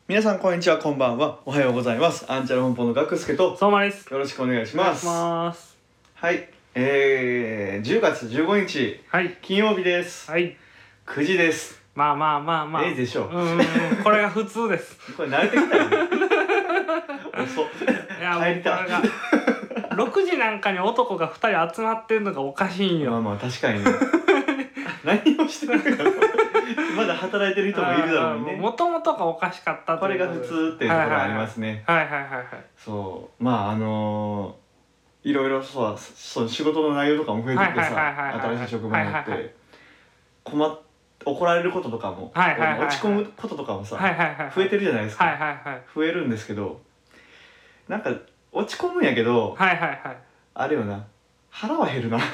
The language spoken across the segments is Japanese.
皆さんこんにちは、こんばんは、おはようございます。アンチャル本舗のガクスケと相馬です。 よろしくお願いします。 お願いします。 はい、10月15日、 はい。 金曜日です。 はい。 9時です。 まあ。 でしょう。 これが普通です。 これ慣れてきたよね。遅っ。 いや、 帰りたい。 もうこれが6時なんかに男が2人集まってるのがおかしいんよ。 まあ確かにね。何をしてるかまだ働いてる人もいるだろうにね。 もともとがおかしかったこれが普通っていうところがありますね。 はい。 そうまあいろいろそう仕事の内容とかも増えてきてさ、新しい職場になって怒られることとかも、落ち込むこととかもさ、増えてるじゃないですか。増えるんですけど、なんか落ち込むんやけど、あれよな、腹は減るな。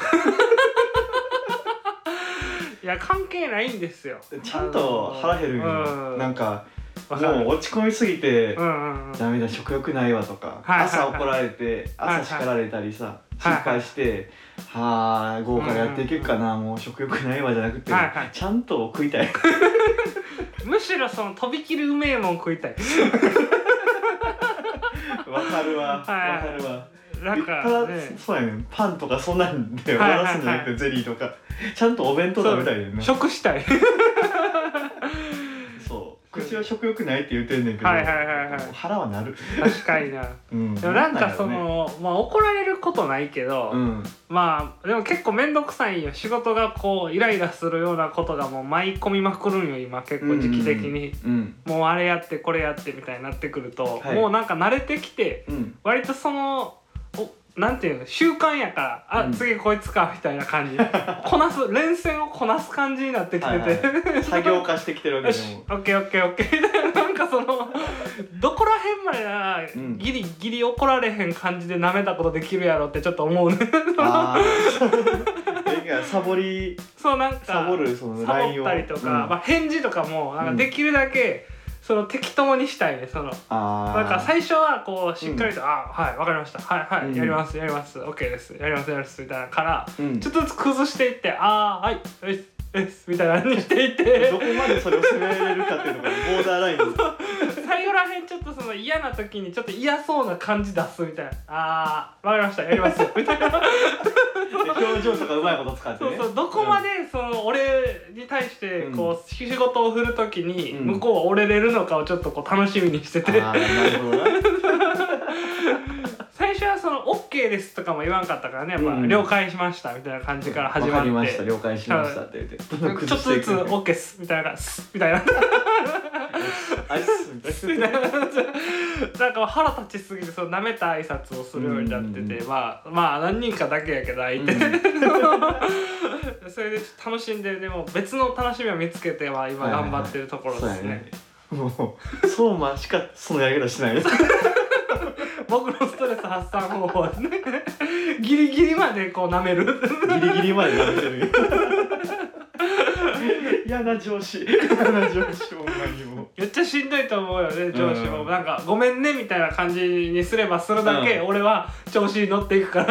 いや関係ないんですよ。 ちゃんと腹減るんよ。なんかもう落ち込みすぎてダメだ、食欲ないわとか、朝怒られて朝叱られたりさ、心配してはあ午後からやっていけるかな、もう食欲ないわじゃなくて、ちゃんと食いたい。 むしろそのとびきりうめえもん食いたい。 わかるわ。 なんかね、 そうやねん、パンとかそんなんで終わらすんじゃなくて、ゼリーとかちゃんとお弁当食べたいねんな。 食したい。 口は食欲ないって言ってんねんけど、腹はなる。 確かにな。でもなんかその怒られることないけど、まあでも結構めんどくさいよ。仕事がこうイライラするようなことがもう舞い込みまくるんよ今、結構時期的に。もうあれやってこれやってみたいになってくると、もうなんか慣れてきて、割とそのなんていうの、習慣やから、次こいつかみたいな感じ、連戦をこなす感じになってきてて、 作業化してきてるわけでも。 オッケーなんかそのどこら辺までならギリギリ怒られへん感じで舐めたことできるやろってちょっと思うね。 サボるそのラインを、 サボったりとか、返事とかもなんかできるだけその適当にしたいね。なんか最初はこうしっかりとはいわかりました、はいやります OK ですやりますみたいなから、ちょっとずつ崩していってはいみたいなのにしていって、 どこまでそれを攻められるかっていうのがボーダーライン。 最後らへんちょっとその嫌な時にちょっと嫌そうな感じ出すみたいな、わかりましたやりますみたいな。 表情とかうまいこと使ってね。 どこまでその俺に対してこう仕事を振る時に向こうは折れれるのかをちょっとこう楽しみにしてて、 なるほどな。 最初はその OK ですとかも言わんかったからね、やっぱ了解しましたみたいな感じから始まって、 わかりました了解しましたって言ってちょっとずつ OK っすみたいなみたいなあいすみたいななんか腹立ちすぎてその舐めた挨拶をするようになってて、まあ何人かだけやけど相手、それで楽しんで、でも別の楽しみを見つけては今頑張ってるところですね。 もう相馬しかそのやり方しない。 僕のストレス発散方法はね、ギリギリまでこう舐める。 ギリギリまで舐めてる。嫌な上司ほんまにもうめっちゃしんどいと思うよね、上司も。なんかごめんねみたいな感じにすればするだけ、俺は調子に乗っていくから、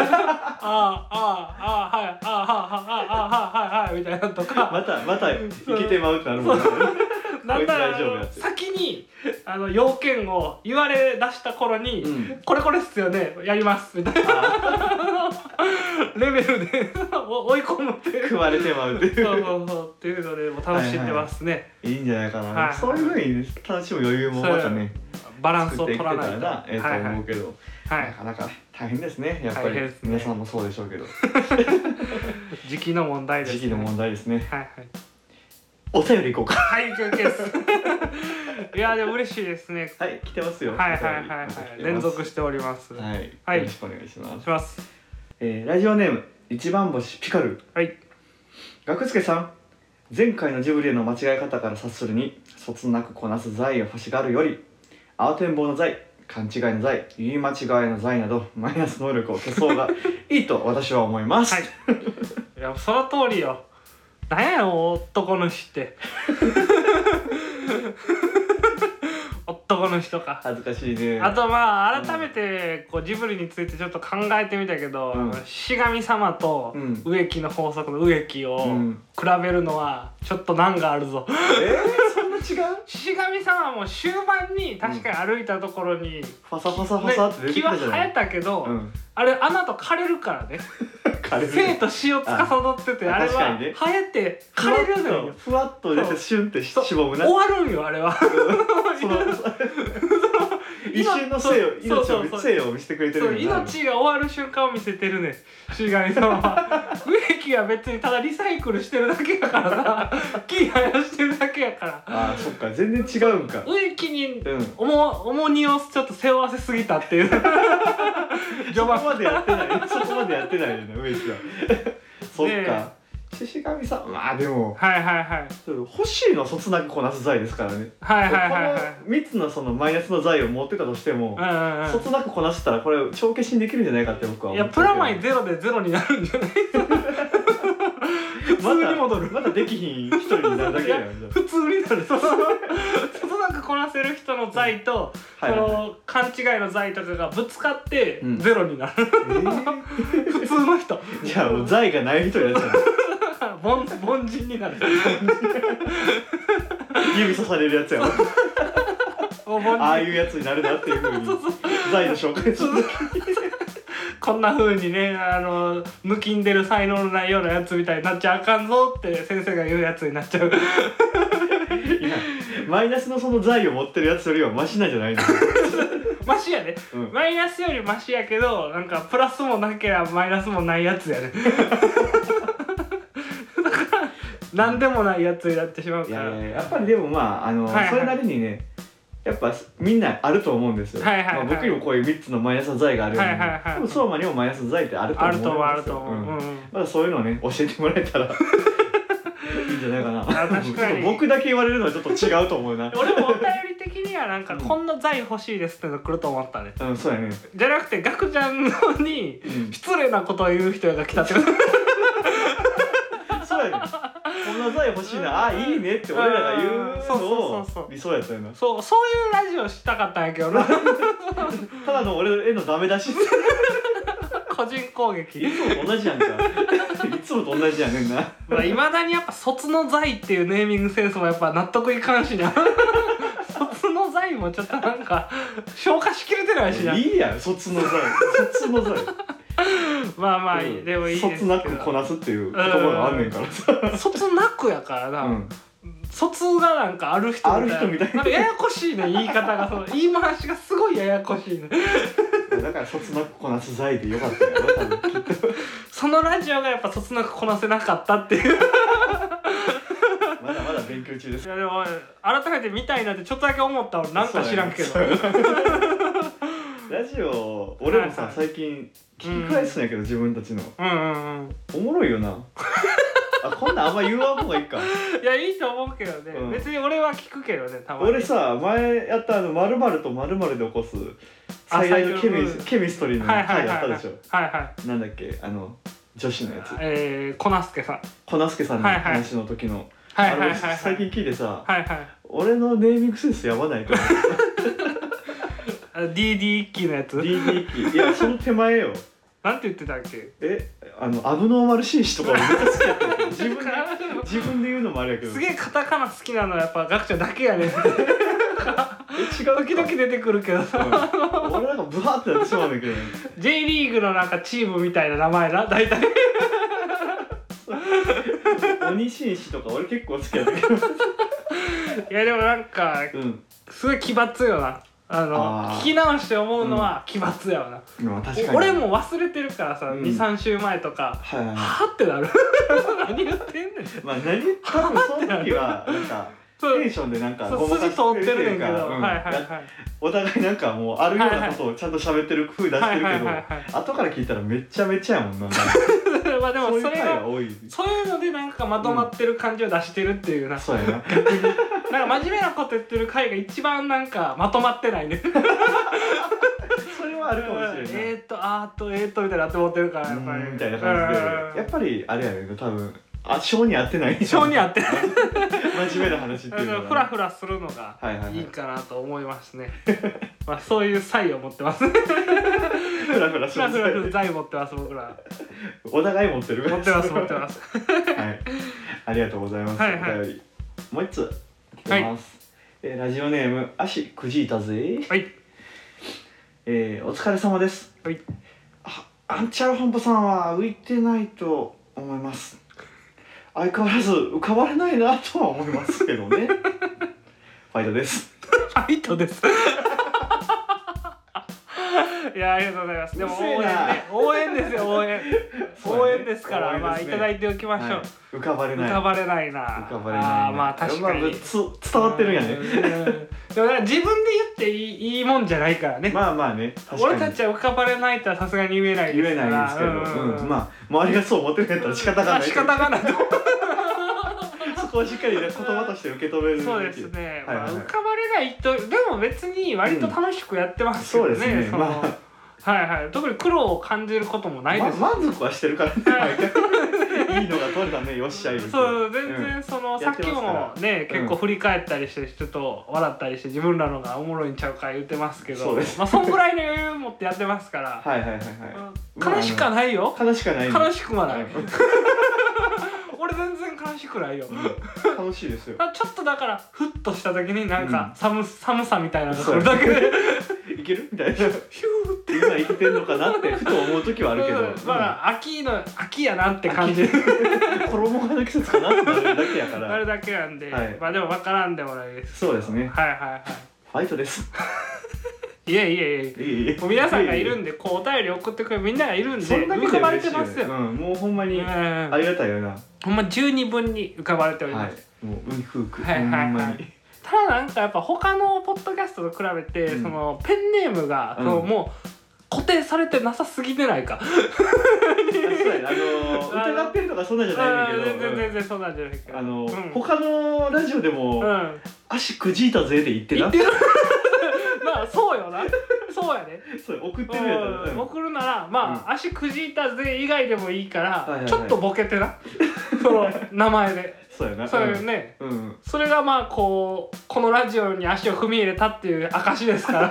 はいみたいなとか、 またいけてまうってなるもんね。 なんなら先に要件を言われ出した頃に、これっすよねやりますみたいなレベルで追い込むっていう、 食われてまうっていう、 そうっていうのでも楽しんでますね。 いいんじゃないかな。そういう風に楽しむ余裕もまたね、 バランスを取らないとと思うけど、なかなか大変ですね、やっぱり。皆さんもそうでしょうけど。 時期の問題ですね。 時期の問題ですね。お便りいこうか。 はい、OK です。いやでも嬉しいですね。 はい、来てますよ。 連続しております。 よろしくお願いします。ラジオネーム一番星ピカル。学助さん、前回のジブリへの間違い方から察するに、そつなくこなす財を欲しがるより、慌てんぼうの財、勘違いの財、言い間違いの財などマイナス能力を消そうがいいと私は思います。 いやその通りよ。なんやよ男の人って男の人か。 恥ずかしいね。 あと改めてこうジブリについてちょっと考えてみたけど、獅神様と植木の法則の植木を比べるのはちょっと難があるぞ。 そんな違う？ 獅子神さんはもう終盤に確かに歩いたところに、 ファサファサファサって出てきたじゃない。 木は生えたけど、あれ穴と枯れるからね。生と死を司ってて、あれは生えて枯れるのよ。 ふわっと出てシュンってしぼむな。 終わるんよあれは。 一瞬の生を見せてくれてる。 命が終わる瞬間を見せてるね、獅子神さんは。植木は別にただリサイクルしてるだけやからな。木生やしてるだけやから。 ああ、そっか、全然違うんか。 植木に重荷をちょっと背負わせすぎたっていう。 そこまでやってない。そこまでやってないよね、植木は。そっか。獅子神さん、まあでも、欲しいのはそつなくこなす財ですからね。この3つのそのマイナスの財を持ってたとしても、そつなくこなせたらこれ帳消しにできるんじゃないかって僕は思って。 いや、プラマイゼロでゼロになるんじゃない？普通に戻る。 まだできひん一人になるだけやん。 普通になる。そつなくこなせる人の財とその勘違いの財とかがぶつかってゼロになる。普通の人。 じゃあもう財がない人になっちゃう。 凡人になる。 指さされるやつやわ。ああいうやつになるなっていうふうに財の紹介する。 こんな風にね、抜きんでる才能のないようなやつみたいになっちゃあかんぞって先生が言うやつになっちゃう。いや、マイナスのその財を持ってるやつよりはマシなんじゃないの？ マシやね、マイナスよりマシやけど、なんかプラスもなければマイナスもないやつやね。なんでもないやつになってしまうから。 やっぱりでもまあそれなりにね、やっぱみんなあると思うんですよ。僕にもこういう3つのマイナスの財があるように、多分相馬にもマイナスの財ってあると思うんですよ。 あると思う。 まだそういうのをね教えてもらえたらいいんじゃないかな。 確かに。 僕だけ言われるのはちょっと違うと思うな。 俺もお便り的にはなんかこんな財欲しいですっての来ると思ったね。 そうやね。 じゃなくてガクちゃんのに失礼なことを言う人が来たってこと。 そうやね。こんな財欲しいな、あ、いいねって俺らが言うのを理想やったよな。 そういうラジオしたかったんやけどな。 ただの俺へのダメ出し。 個人攻撃。 いつもと同じやんか。いつもと同じやねんな。 いまだにやっぱ卒の財っていうネーミングセンスもやっぱ納得いかんしな。卒の財もちょっとなんか消化しきれてないしな。 いいやん、卒の財。卒の財。 まあまあ、でもいいですけど。 卒なくこなすっていう言葉があんねんからさ。 卒なくやからな。卒がなんかある人みたいな。なんかややこしいね、言い方が。その言い回しがすごいややこしいね。 だから卒なくこなす財でよかったよ、多分きっと。 そのラジオがやっぱ卒なくこなせなかったっていう。 まだまだ勉強中です。 いやでも改めて見たいなってちょっとだけ思った。俺なんか知らんけど。ラジオ俺もさ、最近聞き返すんやけど、自分たちの。おもろいよな。あ、こんなんあんま言わん方がいいか。 いや、いいと思うけどね。別に俺は聞くけどね、たまに。 俺さ、前やった〇〇と〇〇で起こす最大のケミストリーの回やったでしょ。なんだっけ、女子のやつ。 コナスケさん。 コナスケさんの話の時の。最近聞いてさ、俺のネーミングセンスやばないと思って。 DD 一期のやつ。 DD 一期。いや、その手前よ。 なんて言ってたっけ？ アブノーマル紳士とかめっちゃ好きやったけど、自分で言うのもあれやけど。 すげえカタカナ好きなのはやっぱガクちゃんだけやねん。違う。時々出てくるけどさ。 俺なんかブワーってなってしまうんだけどね。 J リーグのなんかチームみたいな名前な、大体。 鬼紳士とか俺結構好きやったけど。 いやでもなんか、すごい奇抜よな。聞き直して思うのは奇抜やわな。俺も忘れてるからさ、2、3週前とかはってなる。何言ってんねん。 まあ多分その時はなんかテンションでなんかごまかしてるっていうか、 お互いなんかもうあるようなことをちゃんと喋ってる風出してるけど、後から聞いたらめちゃめちゃやもんな。 まあでもそれがそういうのでなんかまとまってる感じを出してるっていうな。 そうやな。 逆になんか真面目なこと言ってる回が一番なんかまとまってないね。 それはあるかもしれない。 みたいになって思ってるからやっぱりみたいな感じで、やっぱりあれやねん多分。性に合ってない。 性に合ってない。 真面目な話っていうのは、 フラフラするのがいいかなと思いますね。まあそういう才を持ってます。フラフラする才持ってます僕ら。 お互い持ってる。 持ってます。はい。 ありがとうございます。お便りもう一つ来来てます、ラジオネーム足くじいたぜ。 はい。 お疲れ様です。 はい。 アンチャラ本部さんは浮いてないと思います。相変わらず浮かばれないなとは思いますけどね。ファイトです。 ファイトです。いや、ありがとうございます。でも応援ですよ、応援。応援ですから、まあいただいておきましょう。 浮かばれない。 浮かばれないな。ああ、まあ確かに。 伝わってるんやね。 でも自分で言っていいもんじゃないからね。 まあまあね。 俺たちは浮かばれないとはさすがに言えないですから。 言えないですけど、まあ周りがそう思ってるんやったら仕方がない。 仕方がない。 そこをしっかりね、言葉として受け止める。 そうですね。浮かばれないと、でも別に割と楽しくやってますよね。そうですね。はいはい。特に苦労を感じることもないです。 満足はしてるからね。いいのが取れたね、よっしゃい。 そう、全然さっきもね、結構振り返ったりしてちょっと笑ったりして自分らのがおもろいんちゃうか言ってますけど、まあそんぐらいの余裕持ってやってますから。 はいはいはいはい。 悲しくはないよ。 悲しくはない。 悲しくはない。俺全然悲しくないよ。 楽しいですよ。 ちょっとだからふっとした時になんか寒さみたいなのが来るだけでいけるみたいな、ヒューって今生きてんのかなってふと思う時はあるけど、 まあ秋やなって感じ。 衣替えの季節かなってなるだけやから。 あれだけなんで、まあでも分からんでもないです。 そうですね。 はいはいはい。 ファイトです。 いえ、もう皆さんがいるんで、こうお便り送ってくれるみんながいるんで浮かばれてますよ。 もうほんまにありがたいよな。 ほんま十二分に浮かばれております。 もうウイフーク。 はいはいはい。ただなんかやっぱ他のポッドキャストと比べて、そのペンネームがもう固定されてなさすぎてないか。 疑ってるとかそんなんじゃないんだけど、 全然そんなんじゃないけど、 他のラジオでも足くじいたぜで言ってな。 まあそうよな。そうやね。 送ってるやつ。 送るならまあ足くじいたぜ以外でもいいからちょっとボケてな。その名前で。 そうやな。 そうよね。それがまあこのラジオに足を踏み入れたっていう証ですから。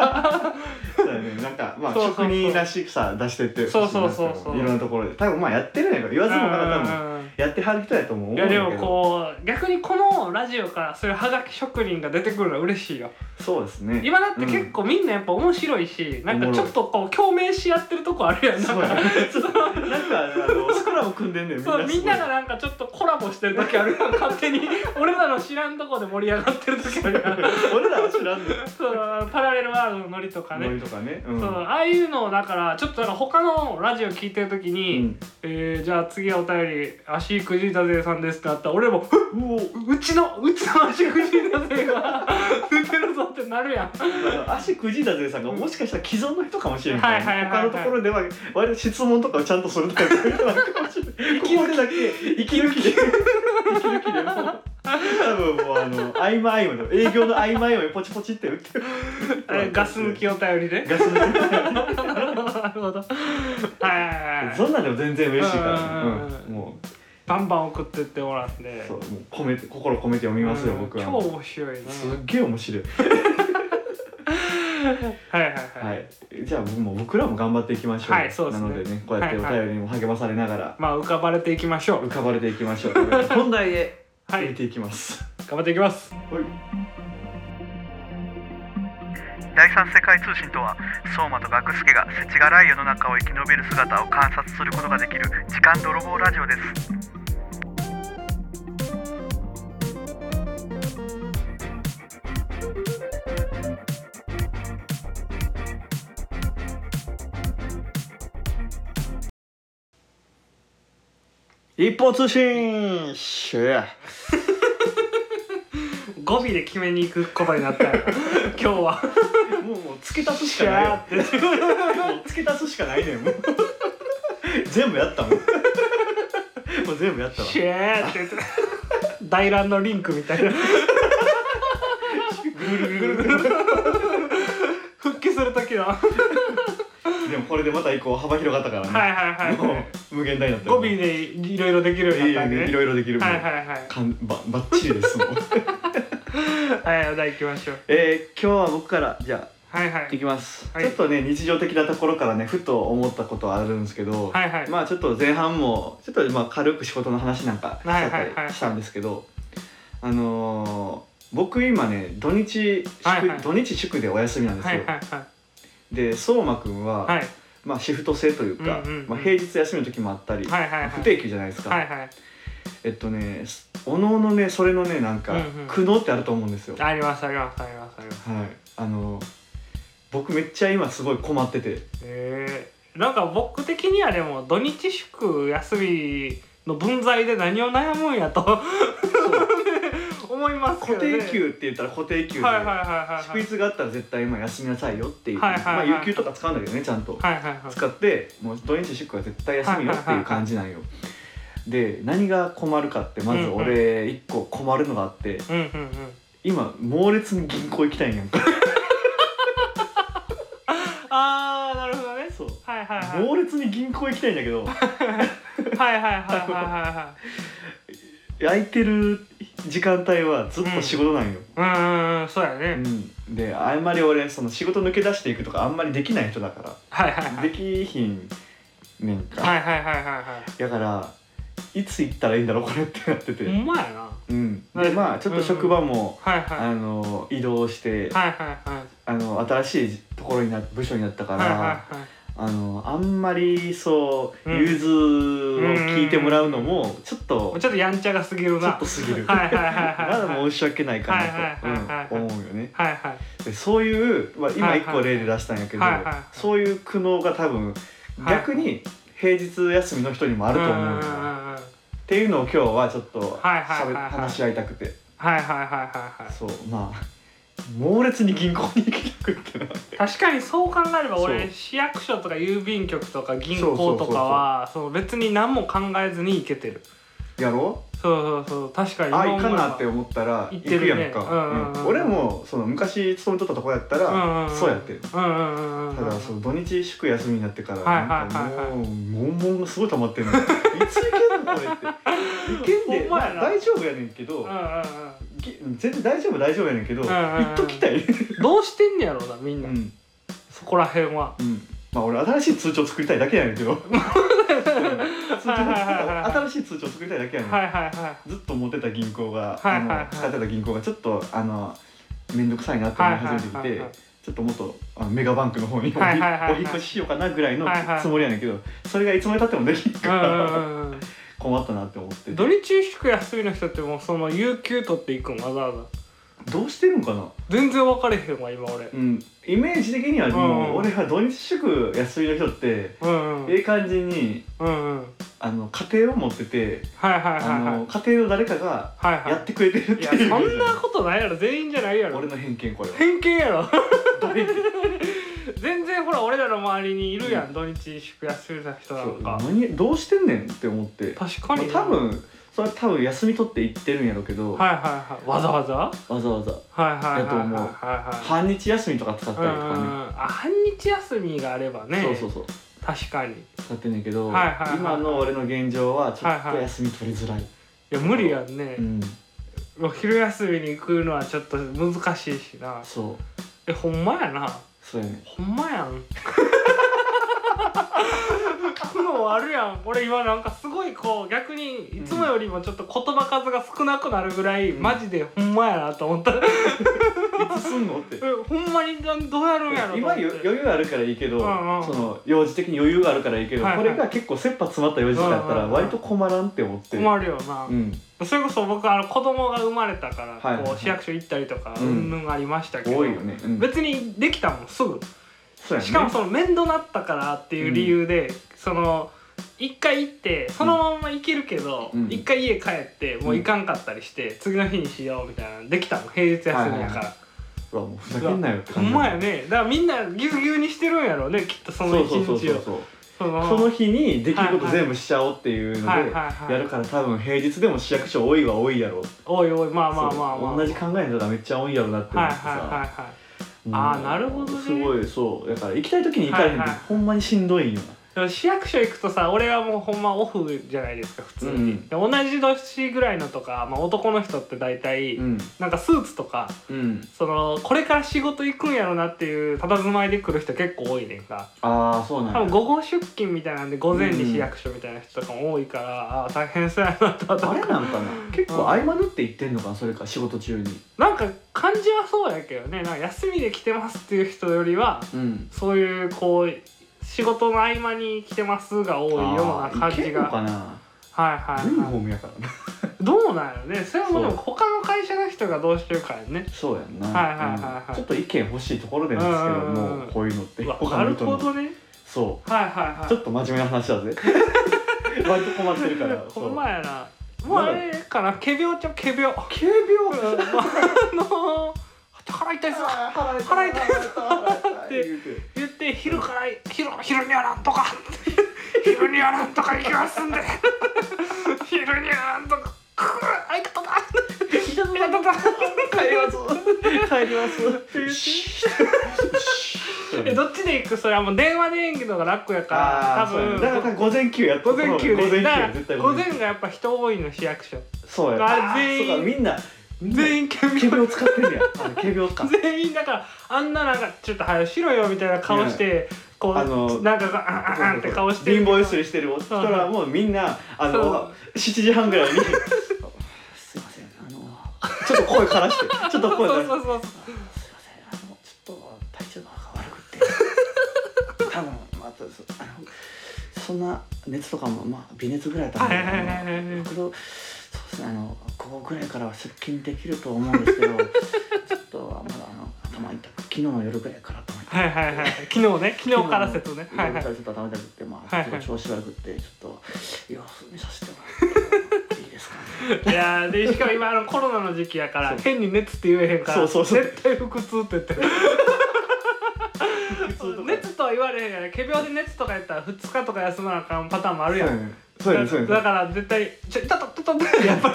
そうやね。なんかまあ職人らしさ出してって。そういろんなところで多分まあやってるんやから言わずもがな多分やってはる人やと思うんだけど。いやでもこう逆にこのラジオからそういうハガキ職人が出てくるのは嬉しいよ。 そうですね。 今だって結構みんなやっぱ面白いし、なんかちょっとこう共鳴し合ってるとこあるやん。なんかスクラム組んでんねん。 そうみんながなんかちょっとコラボしてる時あるやん。勝手に俺らの知らんとこで盛り上がってる時あるやん。 俺らは知らんねん。 そうパラレルワールドのノリとかね。 ノリとかね。 そうああいうのをだからちょっとなんか他のラジオ聞いてる時に、じゃあ次はお便り足くじいたぜさんですってなったら俺もうちの足くじいたぜが出てるぞってなるやん。 足くじいたぜさんがもしかしたら既存の人かもしれない。他のところでは割と質問とかをちゃんとするとかそういう人なのかもしれない。ここでだけ息抜きでも多分もう合間の営業の合間にポチポチって打ってる。 ガス抜きお便りで。 ガス抜き。 なるほど。 そんなんでも全然嬉しいから。もう。 バンバン送ってってもらって。 そうもう心込めて読みますよ僕は。 超面白いな。 すっげえ面白い。はいじゃあもう僕らも頑張っていきましょう。はいそうですね。なのでねこうやってお便りにも励まされながらまあ浮かばれていきましょう。 本題へ入れていきます。 頑張っていきます。 第三世界通信とは相馬と学助が世知辛い世の中を生き延びる姿を観察することができる時間泥棒ラジオです。 一方通信シェア語尾で決めに行くことになったよ今日はもう付け足すしかないよ。もう付け足すしかないねん。もう全部やったもん。もう全部やったわ。 シェーって言って大乱のリンクみたいなぐるぐる復帰する時のでもこれでまた以降幅広がったからね。もう無限大になった。 語尾でいろいろできるようになったね。 いろいろできる。バッチリですもん。 はい、お題行きましょう。 今日は僕からじゃあいきます。ちょっとね日常的なところからねふと思ったことはあるんですけど、まあちょっと前半もちょっとまあ軽く仕事の話なんかしちゃったりしたんですけど、 僕今ね土日祝でお休みなんですよ、で相馬くんは、まあシフト制というか、まあ、平日休みの時もあったり、不定休じゃないですか、おのおのねそれのねなんか、苦悩ってあると思うんですよ。 あります。はい僕めっちゃ今すごい困ってて、 なんか僕的にはでも土日祝休みの分際で何を悩むんやと思いますけどね。 固定給って言ったら固定給で、祝日があったら絶対今休みなさいよっていう、まあ有給とか使うんだけどねちゃんと、使ってもう土日祝は絶対休みよっていう感じなんよ。で何が困るかってまず俺一個困るのがあって、今猛烈に銀行行きたいんやんかあーなるほどね。そう猛烈に銀行行きたいんだけど空いてる時間帯はずっと仕事なんよ。 そうやね。 であんまり俺その仕事抜け出していくとかあんまりできない人だから、できひんねんか。だからいつ行ったらいいんだろうこれってなってて。 ほんまやな。 でまあちょっと職場も移動して新しいところに部署になったから。あんまりそう融通を聞いてもらうのもちょっとやんちゃが過ぎるな。 ちょっと過ぎる。まだ申し訳ないかなと思うよね。でそういう、まあ、今1個例で出したんやけど、そういう苦悩が多分逆に平日休みの人にもあると思うよなっていうのを今日はちょっと話し合いたくて。そうまあ猛烈に銀行に行きたくってなって。 確かにそう考えれば俺市役所とか郵便局とか銀行とかは別に何も考えずに行けてる。 やろう。 そう確かに行かなって思ったら行くやんか。俺もその昔勤めとったとこやったらそうやってる。ただその土日祝休みになってからなんかもう悶々がすごい溜まってんの。いつ行けんのこれって。行けんで大丈夫やねんけど。全然大丈夫やねんけど行っときたい。 どうしてんねやろうなみんな、そこら辺は。 まあ俺新しい通帳作りたいだけやねんけど新しい通帳作りたいだけやねん。ずっと持ってた銀行が使ってた銀行がちょっと面倒くさいなって思い始めてきて、ちょっともっとメガバンクの方にお引越ししようかなぐらいのつもりやねんけど、それがいつまでたってもできんから困ったなって思って。 土日祝休みの人ってもうその有給取っていくんわざわざ。 どうしてるんかな。 全然分かれへんわ今俺。 イメージ的にはもう俺は土日祝休みの人ってええ感じに家庭を持ってて家庭の誰かがやってくれてるっていう。 いやそんなことないやろ。全員じゃないやろ。 俺の偏見これは。 偏見やろ全然ほら俺らの周りにいるやん、土日祝休みの人なんか。 どうしてんねんって思って。 確かに多分休み取って行ってるんやろうけど、 わざわざやと思う。半日休みとか使ったりとかね。 半日休みがあればね。 そう確かに使ってんねんけど、今の俺の現状はちょっと休み取りづらい。いや無理やんね。昼休みに行くのはちょっと難しいしな。ほんまやな。 そうやね。 ほんまやん苦悩あるやん。俺今なんかすごいこう逆にいつもよりもちょっと言葉数が少なくなるぐらい、マジでほんまやなと思った。いつすんのってほんまにどうやるんやろ。 今余裕あるからいいけど、その用事的に余裕があるからいいけど、これが結構切羽詰まった用事だったら割と困らんって思って。 困るよな。それこそ僕子供が生まれたからこう市役所行ったりとかうんぬんありましたけど、別にできたもんすぐ。しかもその面倒なったからっていう理由で、その一回行ってそのまま行けるけど、一回家帰ってもう行かんかったりして、次の日にしようみたいなできたの。平日休みやから。 もうふざけんなよって感じ。ほんまやね。だからみんなぎゅうぎゅうにしてるんやろうねきっとその一日を。 その日にできること全部しちゃおうっていうのでやるから多分平日でも市役所多いは多いやろ。 多いまあ同じ考えの人がめっちゃ多いやろなって思ってさ。 なるほどね。 すごいそうだから行きたい時に行かれへんってほんまにしんどいよ。 でも市役所行くとさ、俺はもうほんまオフじゃないですか普通に、同じ年ぐらいのとか、男の人って大体、なんかスーツとか、そのこれから仕事行くんやろなっていう佇まいで来る人結構多いねんか。 ああそうなんや。 多分午後出勤みたいなんで午前に市役所みたいな人とかも多いから、大変そうやなと。 あれなんかな、結構合間縫って行ってんのかな、それか仕事中に。 なんか感じはそうやけどね、なんか休みで来てますっていう人よりは、そういうこう仕事の合間に来てますが多いような感じが。いけんのかな。はいはい、 ユニフォームやからね。 どうなんやろね。それはもうでも他の会社の人がどうしてるかやね。 そうやんな。 はいはいはいはい。 ちょっと意見欲しいところでなんですけども、こういうのってなるほどね。 そう。 はいはいはい。 ちょっと真面目な話だぜ。割と困ってるから。 ほんまやな。もうあれかな、仮病仮病。 仮病。 払いたいっす払いたいっすって言って昼にはなんとか昼にはなんとか行きますんで昼にはなんとか相方だ帰りますどっちで行く？それはもう電話で演技のが楽やから多分だから午前休やった午前休で午前がやっぱ人多いの市役所。 そうや。あれ全員みんな全員仮病使ってんねや。仮病か。 全員だからあんななんかちょっと早くしろよみたいな顔してこうなんかあんって顔して貧乏ゆすりしてる人らもみんな7時半ぐらいにすいませんちょっと声からしてちょっと声からしてすいませんちょっと体調が悪くて多分そんな熱とかも微熱ぐらいだったんでそうですねここぐらいからは出勤できると思うんですけどちょっとまだ頭痛く昨日の夜ぐらいから頭痛く昨日から説ねちょっと頭痛くてちょっと調子悪くてちょっと様子見させてもらっていいですかね。 いやでしかも今コロナの時期やから変に熱って言えへんから絶対腹痛って言って熱とは言われへんやね。仮病で熱とか言ったら2日とか休まなあかんパターンもあるやん。だから絶対やっぱり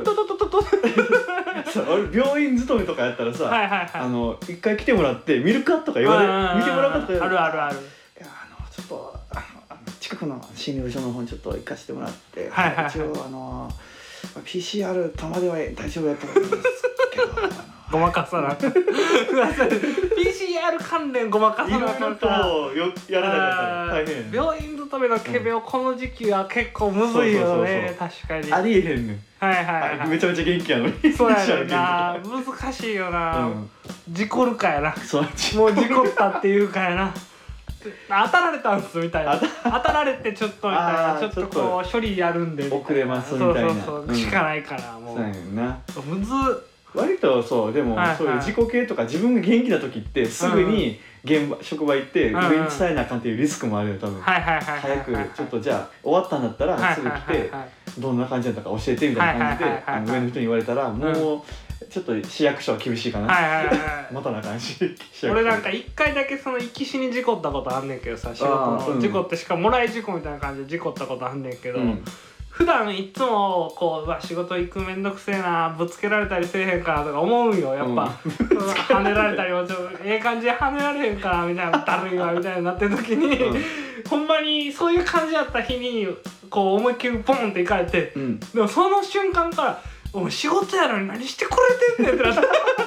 病院勤めとかやったらさ一回来てもらって見るかとか言われ見てもらうかとか言われる。 ある。 いやちょっと近くの診療所の方にちょっと行かせてもらって一応PCR 玉では大丈夫やと思うんですけどごまかさなPCR 関連ごまかさなかったらやらなかったら大変。 病院勤めの仮病この時期は結構むずいよね。確かにありえへんねん。めちゃめちゃ元気やのにそうやねんな。難しいよな。事故るかやな。もう事故ったっていうかやな。当たられたんすみたいな。当たられてちょっとみたいな。ちょっとこう処理やるんで遅れますみたいな。 そうしかないからもうそうやねんな。 むず割とそうでもそういう自己系とか自分が元気な時ってすぐに職場行って上に伝えなあかんっていうリスクもあるよ多分。早くちょっとじゃあ終わったんだったらすぐ来てどんな感じだったか教えてみたいな感じで上の人に言われたらもうちょっと市役所は厳しいかな。またな感じ。 俺なんか1回だけその行きしに事故ったことあんねんけどさ、仕事の事故ってしかももらい事故みたいな感じで事故ったことあんねんけど、普段いつもこう仕事行くめんどくせえなぶつけられたりせえへんかなとか思うんよやっぱ、跳ねられたりもええ感じで跳ねられへんかなみたいなだるいわみたいになってる時に、ほんまにそういう感じだった日にこう思いっきりポンっていかれて、でもその瞬間から「お前仕事やのに何してくれてんねん」ってなった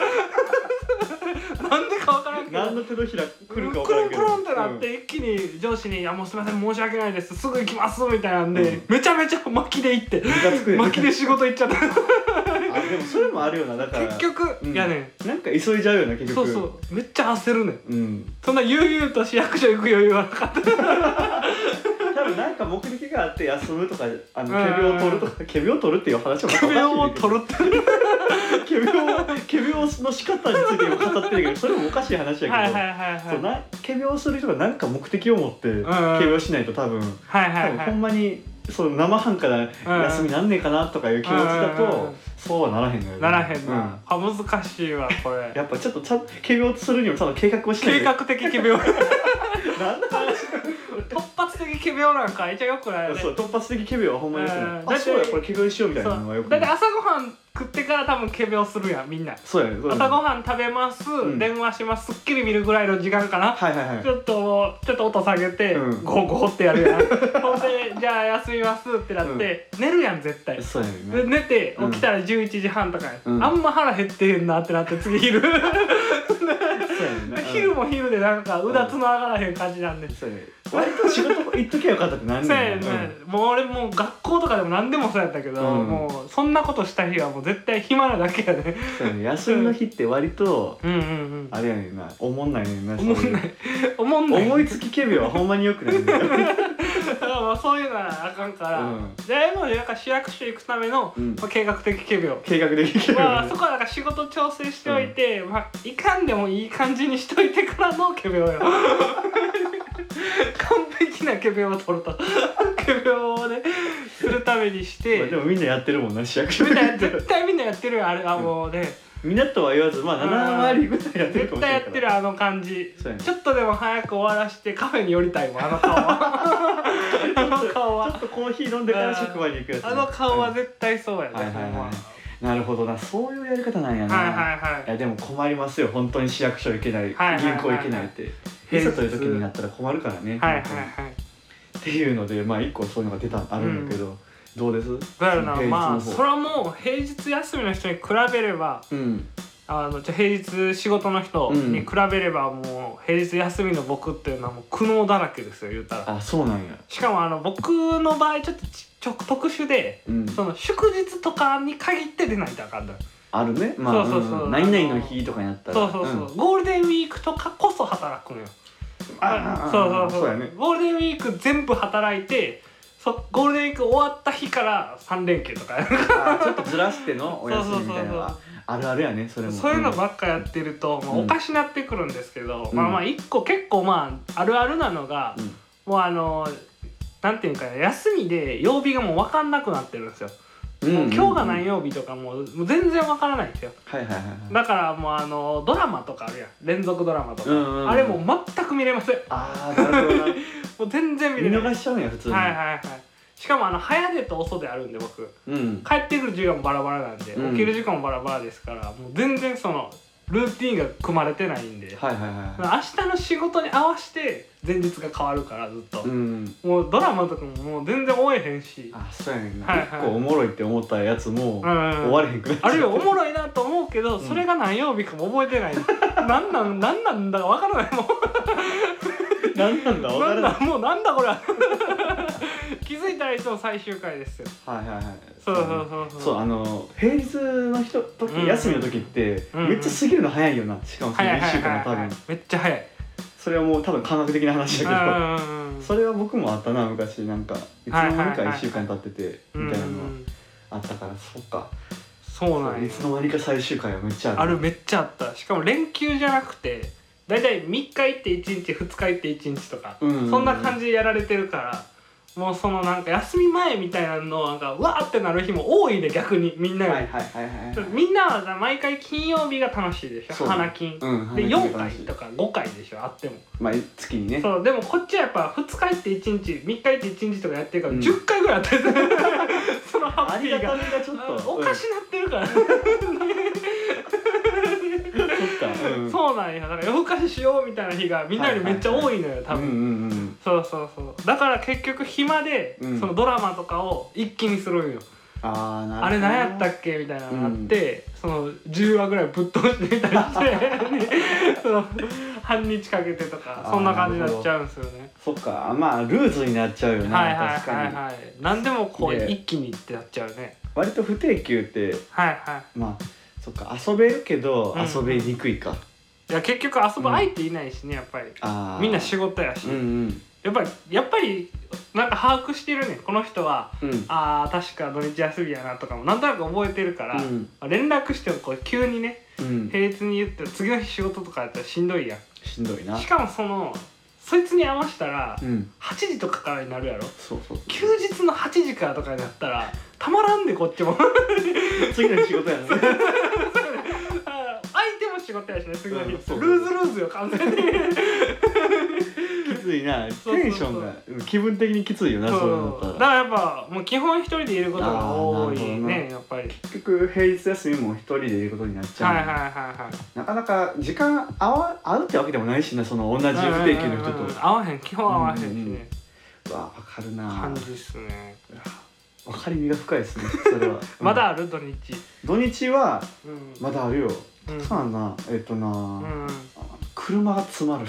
なんでか分からんけど何の手のひら来るか分からんけどクルンってなって一気に上司に「もうすいません申し訳ないですすぐ行きます」みたいなんで、めちゃめちゃ巻きで行って巻きで仕事行っちゃったでもそれもあるよな。だから結局やねんなんか急いじゃうよな結局。 そうめっちゃ焦るねん。そんな悠々と市役所行く余裕はなかった多分なんか目的があって休むとか仮病を取るとか仮病を取るっていう話はまたおかしい仮病を取るって仮病の仕方について今語ってるけどそれもおかしい話やけど仮病する人が何か目的を持って仮病しないと多分ほんまにその生半可な休みなんねえかなとかいう気持ちだとそうはならへんのよね。 ならへんな。難しいわこれ。 やっぱちょっと仮病するにもちゃんと計画をしないと。 計画的仮病なんだ突発的仮病なんか一応よくないよね。 そう突発的仮病はほんまによくない。あそうやこれ仮病しようみたいなのがよくない。 だって朝ごはん食ってから多分仮病するやんみんな。 そうやね。 朝ごはん食べます、電話します、すっきり見るぐらいの時間かな、ちょっと音下げて、ゴーゴーってやるやんほんでじゃあ休みますってなって、寝るやん絶対。 そうやね。 で寝て起きたら11時半とかや、あんま腹減ってへんなってなって次昼昼も昼でなんかうだつの上がらへん感じなんで、 割と仕事行っときゃよかったってなんねん。 そうやね。もう俺もう学校とかでも何でもそうやったけど、もうそんなことした日はもう絶対暇なだけやね。 そうやね。休みの日って割とあれやねんな、おもんないねんな。 おもんない。 思いつきケビはほんまによくないんだよ。 そういうのはあかんから、じゃあもうなんか市役所行くための計画的ケビを。 計画的ケビ。 まあそこはなんか仕事調整しておいて、まあいかんでもいい感じにしといてからのケビをよ。完璧なケビを取るとケビをねするためにして。 でもみんなやってるもんな、市役所。 絶対みんなやってるよあれはもうね。 みんなとは言わず、まあ7割ぐらいやってるかもしれない。絶対やってるあの感じ。ちょっとでも早く終わらしてカフェに寄りたいもんあの顔は。あの顔は。 ちょっとコーヒー飲んでから職場に行くやつ。 あの顔は絶対そうやね。 なるほどな、そういうやり方なんやな。いやでも困りますよ本当に、市役所行けない、銀行行けないって、いざという時になったら困るからね。っていうので、まあ一個そういうのがあるんだけど、どうです？ だからな、まあそれはもう平日休みの人に比べれば、平日仕事の人に比べればもう平日休みの僕っていうのはもう苦悩だらけですよ言ったら。 あ、そうなんや。 しかも僕の場合ちょっと特殊で、その祝日とかに限って出ないとあかんだ。 あるね。まあ何々の日とかになったら、 そうゴールデンウィークとかこそ働くのよ。そうやね。ゴールデンウィーク全部働いて、ゴールデンウィーク終わった日から3連休とかちょっとずらしてのお休みみたいなのはあるあるやね。それもそういうのばっかやってると、おかしなってくるんですけど、まあ一個結構あるあるなのが、もうなんていうか休みで曜日がもう分かんなくなってるんですよ。もう今日が何曜日とかもう全然分からないんですよ。だからもうドラマとかあるやん、連続ドラマとか、あれもう全く見れません。 ああ、なるほどな。 もう全然見れない。 見逃しちゃうんや普通に。 しかも早出と遅出あるんで僕、帰ってくる時間もバラバラなんで、起きる時間もバラバラですから、もう全然そのルーティンが組まれてないんで、明日の仕事に合わせて前日が変わるからずっと、もうドラマとかももう全然終えへんし。 あ、そうやねんな。結構おもろいって思ったやつも終われへんくなっちゃう。 あるいはおもろいなと思うけど、それが何曜日かも覚えてない。なんなんだか分からないもん。 なんなんだ分からない。 もうなんだこれは。気づいたらいつも最終回ですよ。 そう平日の時、休みの時ってめっちゃ過ぎるの早いよな。しかもその1週間の多分めっちゃ早い。 それはもう多分科学的な話だけど、それは僕もあったな昔。なんかいつの間にか1週間経っててみたいなのあったから。そっか、 そうなんや。 いつの間にか最終回はめっちゃある。めっちゃあった。しかも連休じゃなくてだいたい3日行って1日2日行って1日とか、そんな感じでやられてるから、もうそのなんか休み前みたいなのなんかわーってなる日も多いで、逆にみんなより。みんなはさ毎回金曜日が楽しいでしょ、花金で4回とか5回でしょあっても、 まあ月にね。 そうでもこっちはやっぱ2日行って1日3日行って1日とかやってるから10回ぐらいあったりする。そのハッピーがちょっとおかしなってるから。そうなんや。だから夜更かししようみたいな日がみんなよりめっちゃ多いのよ多分。そうだから結局暇でそのドラマとかを一気にするんよ。あれ何やったっけみたいなのがあって、その10話ぐらいぶっ通してみたりしてその半日かけてとかそんな感じになっちゃうんですよね。 そっか、まあルーズになっちゃうよね。確かに。 何でもこう一気にってなっちゃうね。 割と不定休ってまあそっか、遊べるけど遊びにくいか。 いや結局遊ぶ相手いないしね、やっぱりみんな仕事やし、やっぱりなんか把握してるね、この人は、確か土日休みやなとかもなんとなく覚えてるから、連絡してもこう急にね、平日に言って次の日仕事とかやったらしんどいやん。 しんどいな。 しかもそいつに合わせたら8時とかからになるやろ。休日の8時からとかになったらたまらんでこっちも。 次の日仕事やね。 相手も仕事やしね、次の日。ルーズルーズよ完全に。 きつついな、テンションが気分的にきついよな、そういうのだからやっぱもう基本一人でいることが多いね、やっぱり結局平日休みも一人でいることになっちゃう、なかなか時間合うってわけでもないしな、その同じ不定期の人と合わへん、基本合わへんしね、 わかるな感じっすね。 分かりみが深いですね、それはまだある？土日はまだあるよ。そうなんな、車が詰まる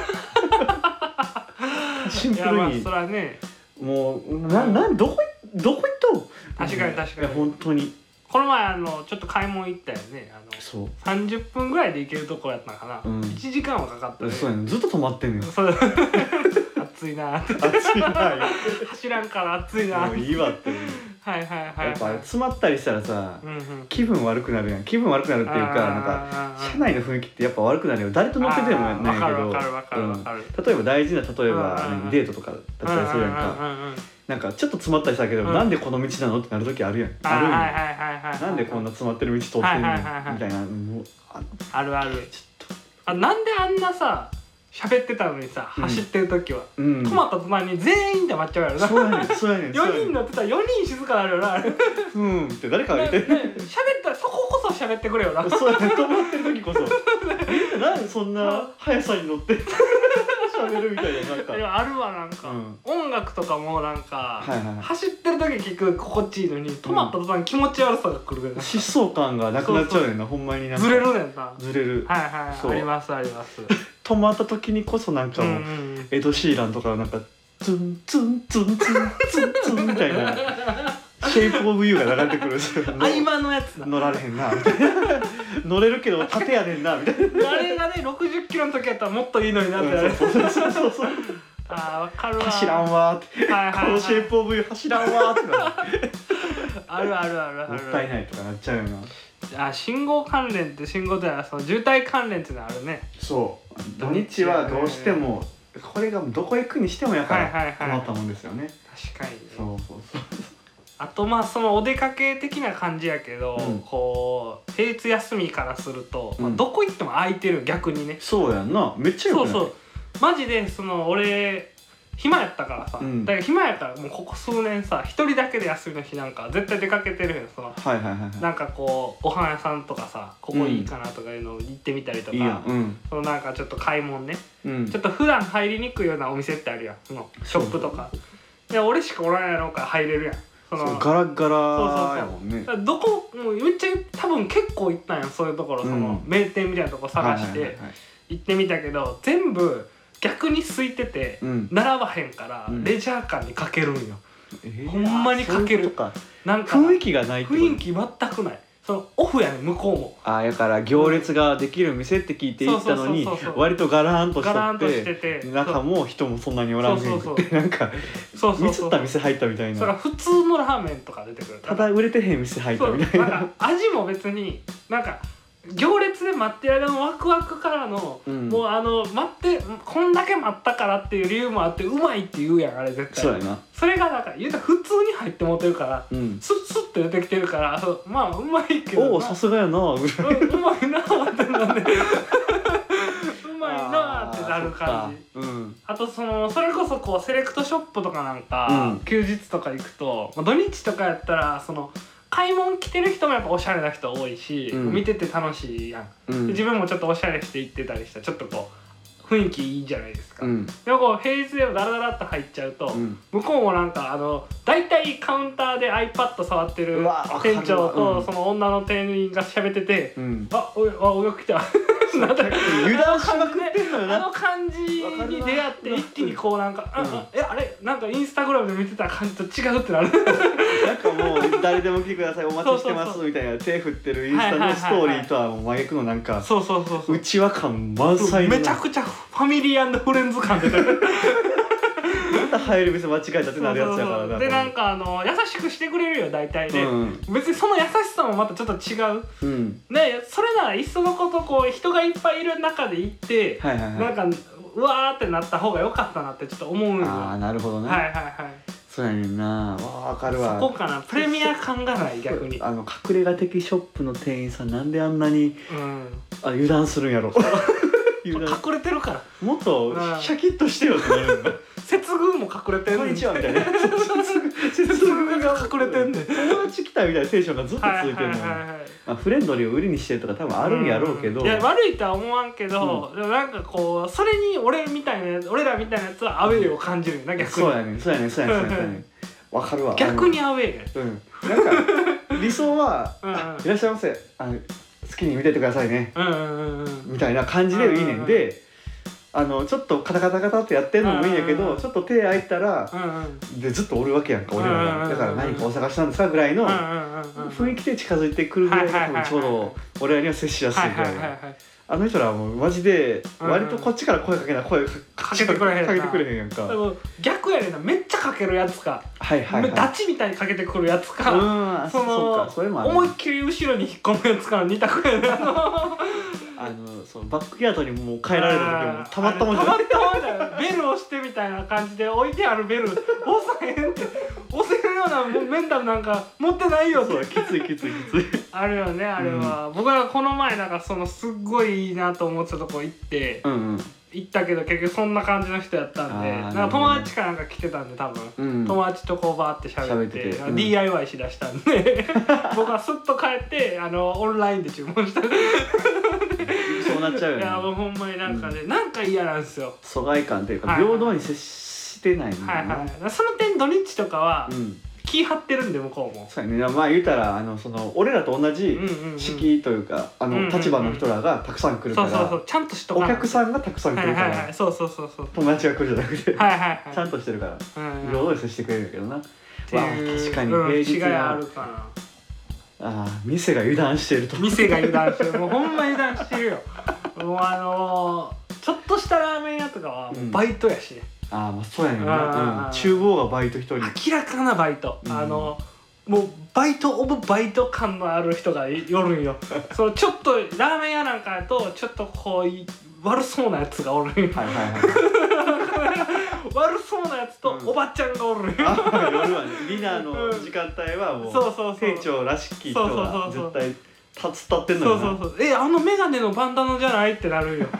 シンプルに。 そらね、 もうどこ行ったの？ 確かにいや本当に。 この前ちょっと買い物行ったよね。 そう 30分ぐらいで行けるところやったのかな、1時間はかかったね。 そうやね、ずっと止まってんのよ。 暑いな暑いな走らんから暑いな、 もういいわっていう。 やっぱ詰まったりしたらさ、気分悪くなるやん。気分悪くなるっていうか、なんか車内の雰囲気ってやっぱ悪くなるよ。誰と乗っててもないけど、例えば大事な、例えばデートとかだったりするやんか。なんかちょっと詰まったりしたけど、なんでこの道なのってなる時あるやん。なんでこんな詰まってる道通ってんのみたいな。 あるある。なんであんなさ喋ってたのにさ、走ってる時は止まった隣に全員黙っちゃうやろな。 そうやねん、そうやねん。 4人乗ってたら4人静かなるよな、あれ。 って誰かが言って喋ったらそここそ喋ってくれよな。 そうやねん、止まってる時こそなんでそんな速さに乗って喋るみたいな。なんかいやあるわ、なんか音楽とかもなんか走ってる時聞く心地いいのに、止まった途端気持ち悪さがくるよな。 疾走感がなくなっちゃうねんな、ほんまに。 ずれるねんな。 ずれる。 ありますあります。 止まった時にこそなんかもうエド・シーランとかなんかツンツンツンツンツンツンみたいなシェイプオブユーが流れてくる。 合間のやつだ。 乗られへんなみたいな。乗れるけど縦やねんなみたいな。 あれがね60キロの時やったらもっといいのになって。あ、分かるわ。 走らんわーって、このシェイプオブユー走らんわーってあるあるあるある。 もったいないとかなっちゃうよな。 信号関連って渋滞関連ってのあるね。 そう土日はどうしてもこれがどこへ行くにしてもやから困ったもんですよね。 確かにね。 そうあとそのお出かけ的な感じやけど、こう平日休みからすると、どこ行っても空いてる、逆にね。 そうやんな、めっちゃよくない？ そうマジで俺暇やったからさ、だから暇やからもうここ数年さ、一人だけで休みの日なんか絶対出かけてるよ。なんかこうご飯屋さんとかさ、ここいいかなとかいうのを行ってみたりとか、そのなんかちょっと買い物ね、ちょっと普段入りにくいようなお店ってあるやん、そのショップとかで、俺しかおらんやろうから入れるやん。 ガラガラやもんね。 どこもうめっちゃ多分結構行ったんや、そういうところ、その名店みたいなとこ探して行ってみたけど、全部逆に空いてて並ばへんからレジャー感に欠けるんよ。ほんまに欠ける。なんか雰囲気がないってこと？ 雰囲気全くない。そのオフやね、向こうも。 だから行列ができる店って聞いて行ったのに、割とガラーンとしてて、中も人もそんなにおらんへんくて、なんかミスった店入ったみたいな。 それ普通のラーメンとか出てくる。 ただ売れてへん店入ったみたいな。 味も別になんか行列で待ってる間のワクワクからの、もう待ってこんだけ待ったからっていう理由もあってうまいって言うやん、あれ絶対。 そうやな。 それがなんか言うたら普通に入ってもってるから、スッスッって出てきてるから、まあうまいけど、 さすがやなうまいなーってなんでうまいなーってなる感じ。あとそれこそこうセレクトショップとかなんか、休日とか行くと、土日とかやったら買い物来てる人もやっぱおしゃれな人多いし、見てて楽しいやん、自分もちょっとおしゃれして行ってたりしたらちょっとこう雰囲気いいじゃないですか、でもこう平日でダラダラっと入っちゃうと、向こうもなんか大体カウンターで iPad 触ってる店長とその女の店員が喋ってて、およく来た油断しまくってんのよな。感じに出会って一気にこうなんか、あれなんかインスタグラムで見てた感じと違うってなる。 なんかもう誰でも来てください、お待ちしてますみたいな手振ってるインスタのストーリーとはもう真逆のなんか内輪感満載の、 めちゃくちゃファミリー&フレンズ感出てる。 また入る店間違えたってなるやつやからな。 でなんか優しくしてくれるよ大体ね、別にその優しさもまたちょっと違う、ね、それならいっそのことこう人がいっぱいいる中で行って、なんかうわーってなった方が良かったなってちょっと思うんよ。 なるほどね。そうやねんな。わかるわ。 そこかな、プレミア感がない逆に。 隠れ家的ショップの店員さんなんであんなに油断するんやろ。 隠れてるからもっとシャキッとしてよってなるんだ接遇も隠れてんねんこんにちはみたいな接遇が隠れてんねん友達来たみたいなテンションがずっと続いてるの、まあ、フレンドリーを売りにしてるとか多分あるんやろうけど、 いや悪いとは思わんけど、でもなんかこうそれに俺らみたいなやつはアウェーを感じるよな、逆に。 そうやねわかるわ。 逆にアウェー。 なんか理想はいらっしゃいませ、好きに見ててくださいねみたいな感じでいいねんで、ちょっとカタカタカタってやってんのもいいんやけど、ちょっと手空いたらでずっとおるわけやんか俺らが。だから何かお探しなんですかぐらいの雰囲気で近づいてくるぐらいが多分ちょうど俺らには接しやすいぐらいな。あの人らはもうマジで割とこっちから声かけてくれへんやんか。 逆やねんな、めっちゃかけるやつかダチみたいにかけてくるやつか、思いっきり後ろに引っ込むやつかの2択やねんそのバックヤードにもう変えられた時もたまったもんじゃない。 ベル押してみたいな感じで置いてあるベル押さへんって押せるようなメンタルなんか持ってないよって。 そうきついあるよねあれは、僕はこの前なんかすっごいいいなと思ってたとこ行って、行ったけど結局そんな感じの人やったんで、なんか友達かなんか来てたんで多分、友達とこうバーって喋って DIY しだしたんで僕はスッと帰ってオンラインで注文したそうなっちゃうよね。 いやもうほんまになんかね、なんか嫌なんですよ、 疎外感っていうか平等に接してないんだよな。 その点土日とかは気張ってるんで向こうも。 そうやね。まあ言うたら俺らと同じ式というか立場の人らがたくさん来るから、 そうちゃんとしとかお客さんがたくさん来るから、 そう友達が来るじゃなくてちゃんとしてるから平等に接してくれるけどな。わ確かに平日違いあるかな。 店が油断してると。 店が油断してる、もうほんま油断してるよ。もうちょっとしたラーメン屋とかはもうバイトやしね。 まあそうやねんな。厨房がバイト一人。 明らかなバイト。もうバイトオブバイト感のある人がよるんよ。そのちょっとラーメン屋なんかやとちょっとこう悪そうなやつがおるんよ。悪そうなやつとおばちゃんがおるんよ。夜はね、ディナーの時間帯はもう店長らしき人が絶対立ってんのよな。 メガネのバンダナじゃないってなるんよ。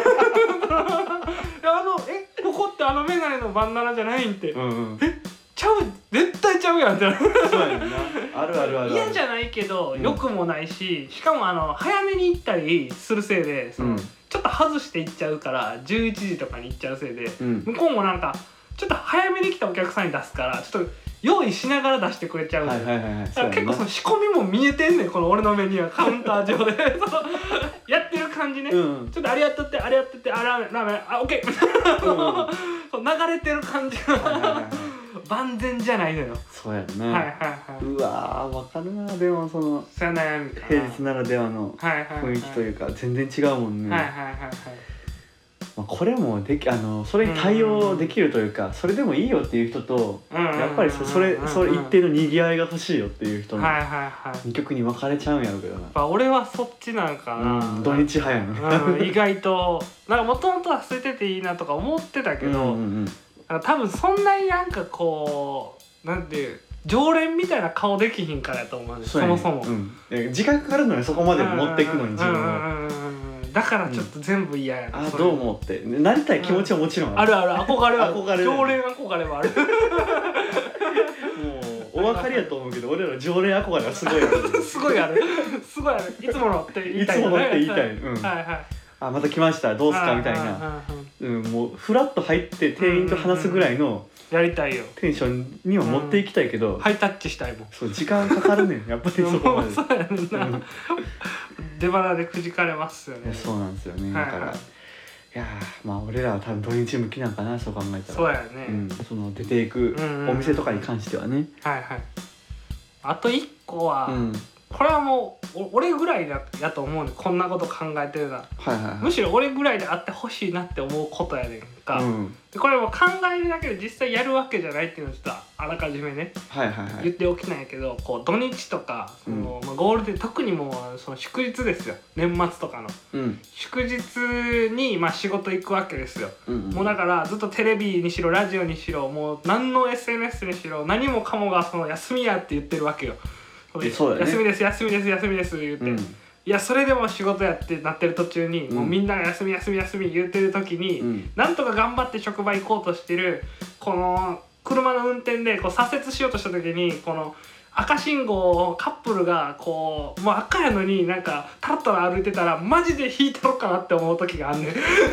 ここってメガネのバンダナじゃないんって。ちゃう、絶対ちゃうやんってなる。 そうやねんな。ある。 嫌じゃないけど良くもないし、しかも早めに行ったりするせいでちょっと外して行っちゃうから11時とかに行っちゃうせいで、向こうもなんかちょっと早めに来たお客さんに出すからちょっと用意しながら出してくれちゃうんで、結構その仕込みも見えてんねん、この俺の目にはカウンター上でやってる感じね、ちょっとあれやっとってラーメンオッケーみたいな流れてる感じが万全じゃないのよ。 そうやね。うわわかるな。でも平日ならではの雰囲気というか全然違うもんね。これもそれに対応できるというか、それでもいいよっていう人と、やっぱりそれ一定のにぎわいが欲しいよっていう人の二極に分かれちゃうんやろうけどな。 俺はそっちなんかな。 土日早いの。 意外となんかもともとは空いてていいなとか思ってたけど、多分そんなになんかこうなんていう常連みたいな顔できひんからやと思うんです、そもそも。 時間かかるのにそこまで持っていくのに自分は。 だからちょっと全部嫌やな。 どうもってなりたい気持ちはもちろんある。憧れは常連憧れはある。 もうお分かりやと思うけど俺ら常連憧れはすごいある。 すごいある。いつものって言いたい。 また来ましたどうすかみたいな。もうフラッと入って店員と話すぐらいのやりたいよテンションには持っていきたいけど、 ハイタッチしたいもん。 そう時間かかるねんやっぱりそこまで。 そうやねんな。出腹でくじかれますよね。 そうなんですよね。だからいやまあ俺らは多分土日向きなんかな、そう考えたら。 そうやね。 その出ていくお店とかに関してはね。 あと1個はこれはもう俺ぐらいやと思うね、こんなこと考えてるな。むしろ俺ぐらいであってほしいなって思うことやねんか。これも考えるだけで実際やるわけじゃないっていうのをちょっとあらかじめね言っておきないけど、こう土日とかゴールデン、特にもうその祝日ですよ、年末とかの祝日に仕事行くわけですよ。もうだからずっとテレビにしろラジオにしろもう何の SNS にしろ何もかもがその休みやって言ってるわけよ。休みです言って、 いやそれでも仕事やってなってる途中に、もうみんなが休み休み休み言うてる時に、なんとか頑張って職場行こうとしてるこの車の運転でこう左折しようとした時にこの赤信号をカップルがこうもう赤やのになんかタラッタラ歩いてたらマジで引いたろかなって思う時があんねん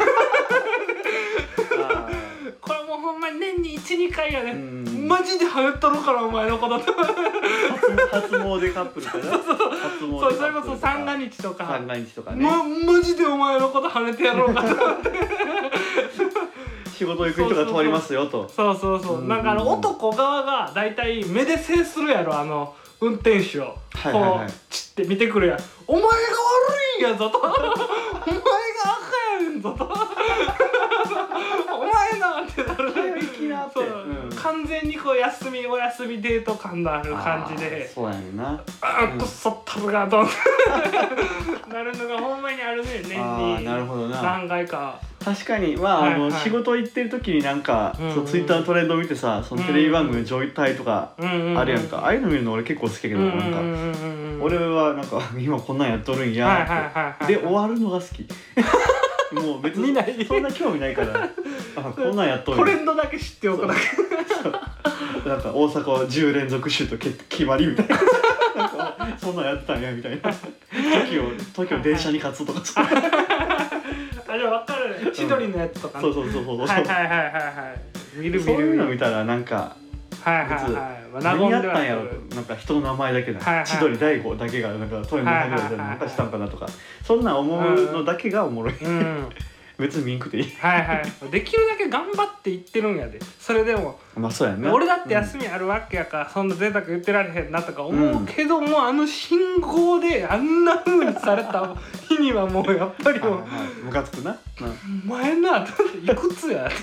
これもうほんまに年に 1,2 回やね、マジで流行ったろかなお前のことって初詣カップルかなそうそれこそ三が日とかね、 マジでお前のこと跳ねてやろうかと思って仕事行く人が通りますよと。 そうなんか男側がだいたい目で制するやろ運転手をこうチッて見てくるやん、お前が悪いんやぞとお前が赤やねんぞとお前なってなる完全にこうお休みデート感のある感じでそうやねんなくっそったるがどんなるのがほんまにあるね、年に何回か。 確かに仕事行ってる時になんかツイッターのトレンドを見てさ、そのテレビ番組の上体とかあるやんか、ああいうの見るの俺結構好きやけど、なんか俺はなんか今こんなんやっとるんやってで終わるのが好きもう別にそんな興味ないからこんなんやっとるトレンドだけ知っておくだけなんか大阪は10連続シュート決まりみたいななんかそんなんやってたんやみたいな時を電車に勝つとかさあれ分かるね、千鳥のやつとかね。 そう見るそういうの見たらなんか何やったんやろ、なんか人の名前だけだ、千鳥大悟だけがなんかトレンドに入るなんかしたんかなとか、そんなん思うのだけがおもろい別に見んくていいできるだけ頑張っていってるんやで、それでもそうやね、 俺だって休みあるわけやから、そんな贅沢言ってられへんなとか思うけども、信号であんな風にされた日にはもうやっぱりもうムカつくな、 お前な、いくつや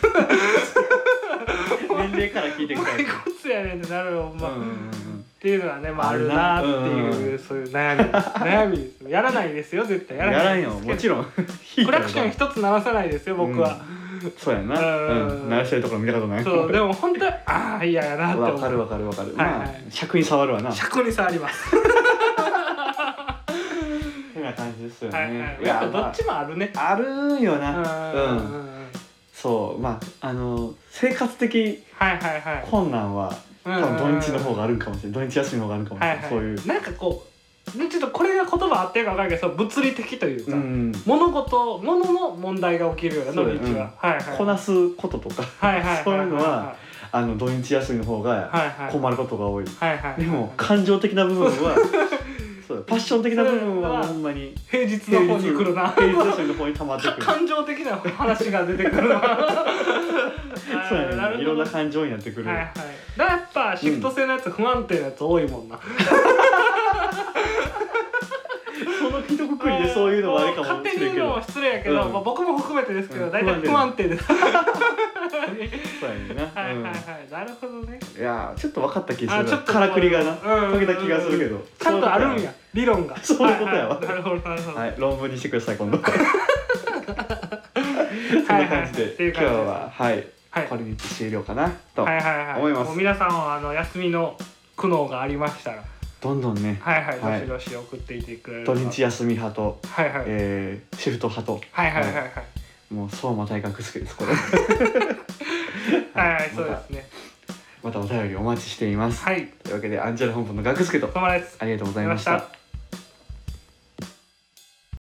年齢から聞いてくれいくつやねんってなるよ、っていうのはね、あるなっていう、そういう悩みです。やらないですよ、絶対やらないですけど。 やらんよ、もちろんクラクション一つ鳴らさないですよ、僕は。 そうやな、鳴らしてるところ見たことない。 そう、でも本当は嫌やなって思う。 わかる尺に触るわな。 尺に触ります変な感じですよね。 やっぱどっちもあるね。 あるよな。そう、生活的困難は多分土日の方があるかもしれない。土日休みの方があるかもしれない。そういうなんかこうちょっとこれが言葉合ってるか分からないけど、物理的というか、物の問題が起きるような土日はこなすこととかそういうのは土日休みの方が困ることが多い。でも感情的な部分はパッション的な部分はほんまに平日の方に来るな。 平日休みの方に溜まってくる。 感情的な話が出てくるな。 そうやね、いろんな感情になってくる。 だからやっぱシフト制のやつ不安定なやつ多いもんな。 その一括りでそういうのもあるかもしれんけど、 勝手に言うのも失礼やけど、僕も含めてですけど大体不安定です。そうやねんな。 なるほどね。 いやちょっと分かった気がする。からくりがな解けた気がするけど、 ちゃんとあるんや、理論が。 そういうことやわ。 なるほどなるほど。 はい、論文にしてください今度。そんな感じで今日はこれに終了かなと思います。 皆さんは休みの苦悩がありましたらどんどんね、 どしどし送っていてくれる。 土日休み派とシフト派と、もう相馬大学好きですこれ。 そうですね。 またお便りお待ちしています。というわけでアンジェラ本舗の学助とありがとうございました。